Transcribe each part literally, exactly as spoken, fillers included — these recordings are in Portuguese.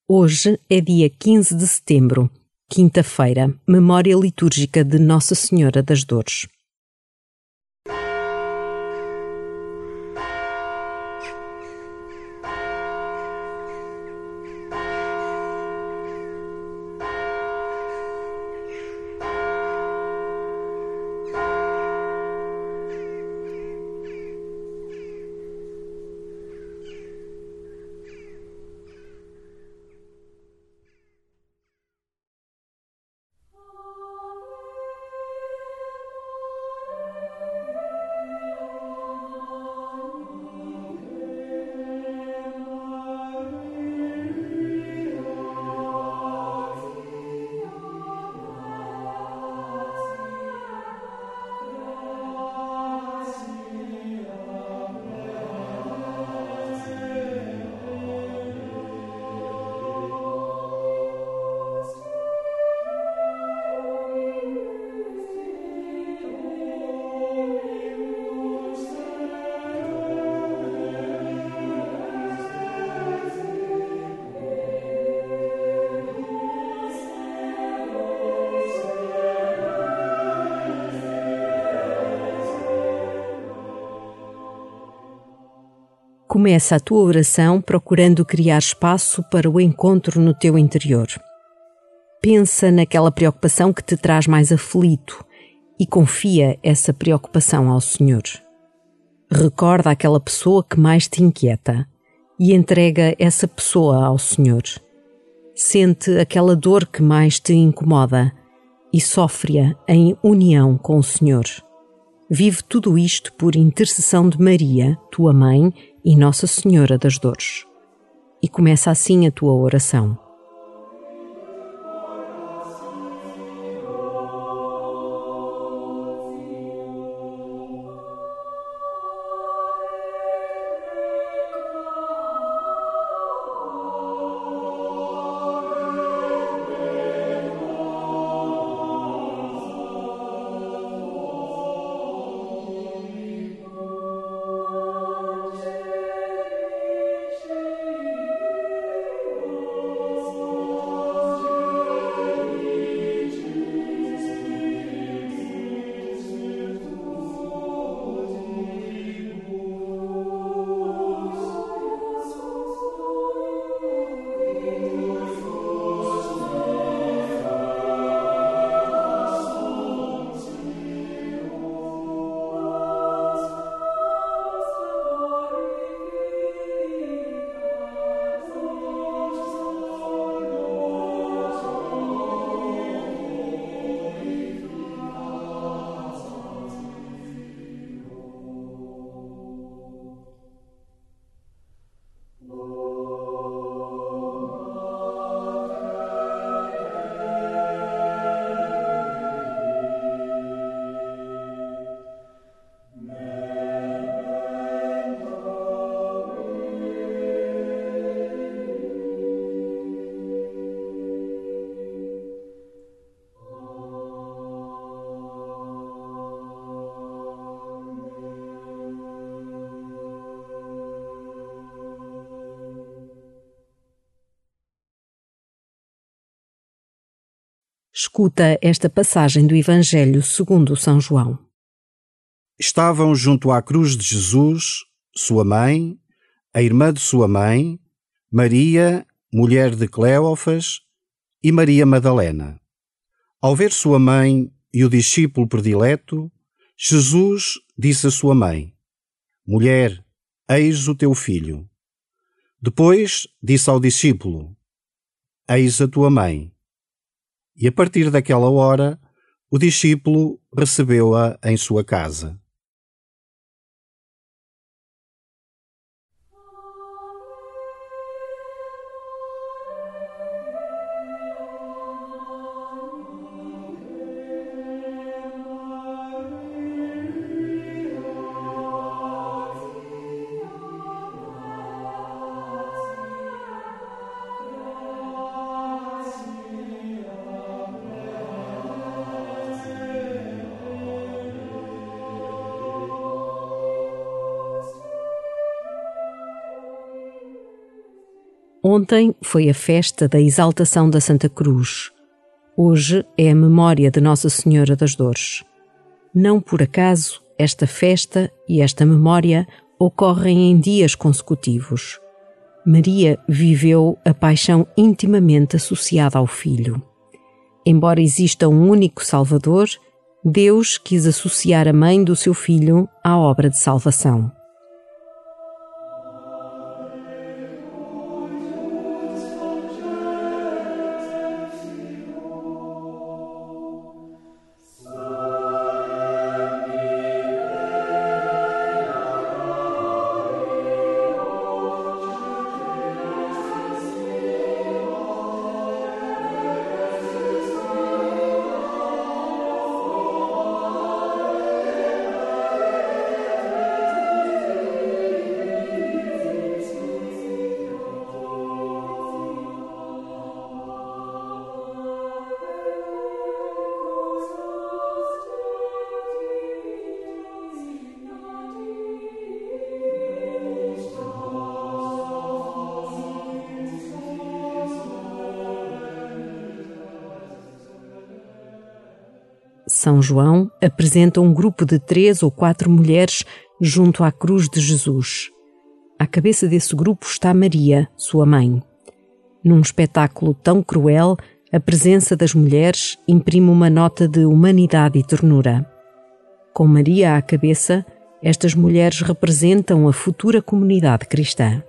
Hoje é dia quinze de setembro, quinta-feira, memória litúrgica de Nossa Senhora das Dores. Começa a tua oração procurando criar espaço para o encontro no teu interior. Pensa naquela preocupação que te traz mais aflito e confia essa preocupação ao Senhor. Recorda aquela pessoa que mais te inquieta e entrega essa pessoa ao Senhor. Sente aquela dor que mais te incomoda e sofre-a em união com o Senhor. Vive tudo isto por intercessão de Maria, tua mãe, e Nossa Senhora das Dores. E começa assim a tua oração. Escuta esta passagem do Evangelho segundo São João. Estavam junto à cruz de Jesus, sua mãe, a irmã de sua mãe, Maria, mulher de Cleófas, e Maria Madalena. Ao ver sua mãe e o discípulo predileto, Jesus disse à sua mãe: Mulher, eis o teu filho. Depois disse ao discípulo: Eis a tua mãe. E a partir daquela hora, o discípulo recebeu-a em sua casa. Ontem foi a festa da exaltação da Santa Cruz. Hoje é a memória de Nossa Senhora das Dores. Não por acaso, esta festa e esta memória ocorrem em dias consecutivos. Maria viveu a paixão intimamente associada ao Filho. Embora exista um único Salvador, Deus quis associar a mãe do seu Filho à obra de salvação. São João apresenta um grupo de três ou quatro mulheres junto à cruz de Jesus. À cabeça desse grupo está Maria, sua mãe. Num espetáculo tão cruel, a presença das mulheres imprime uma nota de humanidade e ternura. Com Maria à cabeça, estas mulheres representam a futura comunidade cristã.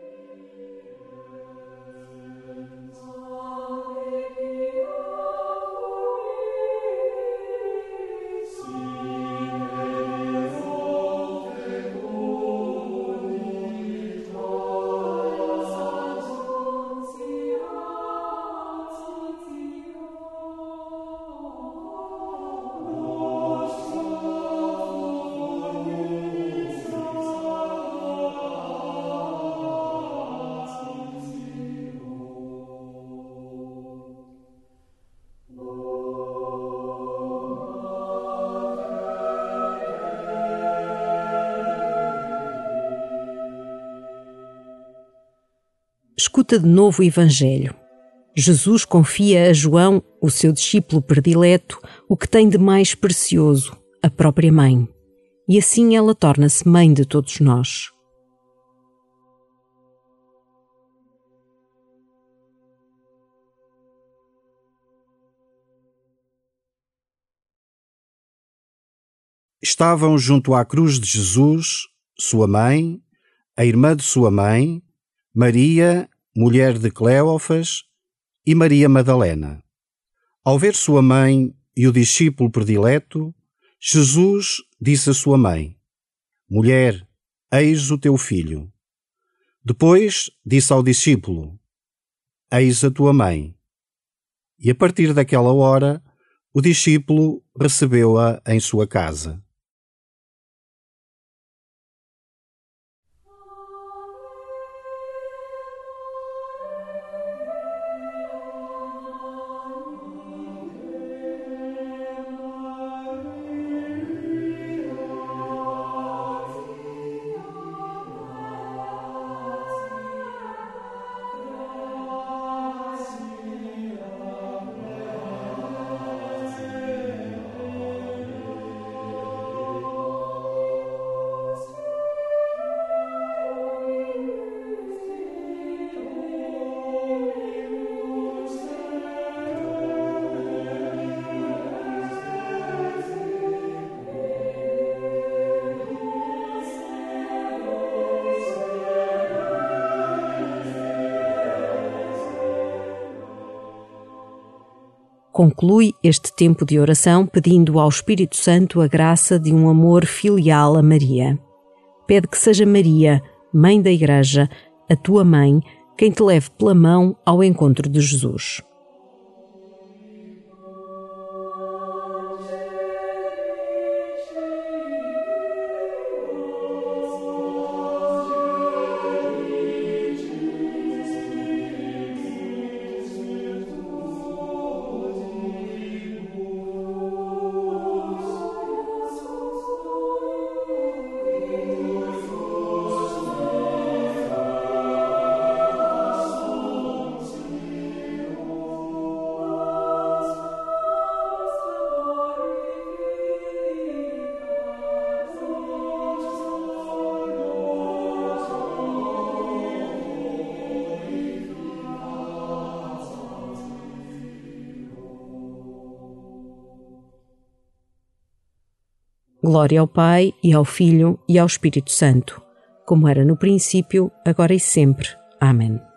Escuta de novo o Evangelho. Jesus confia a João, o seu discípulo predileto, o que tem de mais precioso, a própria mãe. E assim ela torna-se mãe de todos nós. Estavam junto à cruz de Jesus, sua mãe, a irmã de sua mãe, Maria, mulher de Cleófas, e Maria Madalena. Ao ver sua mãe e o discípulo predileto, Jesus disse à sua mãe: Mulher, eis o teu filho. Depois disse ao discípulo: Eis a tua mãe. E a partir daquela hora, o discípulo recebeu-a em sua casa. Conclui este tempo de oração pedindo ao Espírito Santo a graça de um amor filial a Maria. Pede que seja Maria, Mãe da Igreja, a tua mãe, quem te leve pela mão ao encontro de Jesus. Glória ao Pai, e ao Filho, e ao Espírito Santo, como era no princípio, agora e sempre. Amém.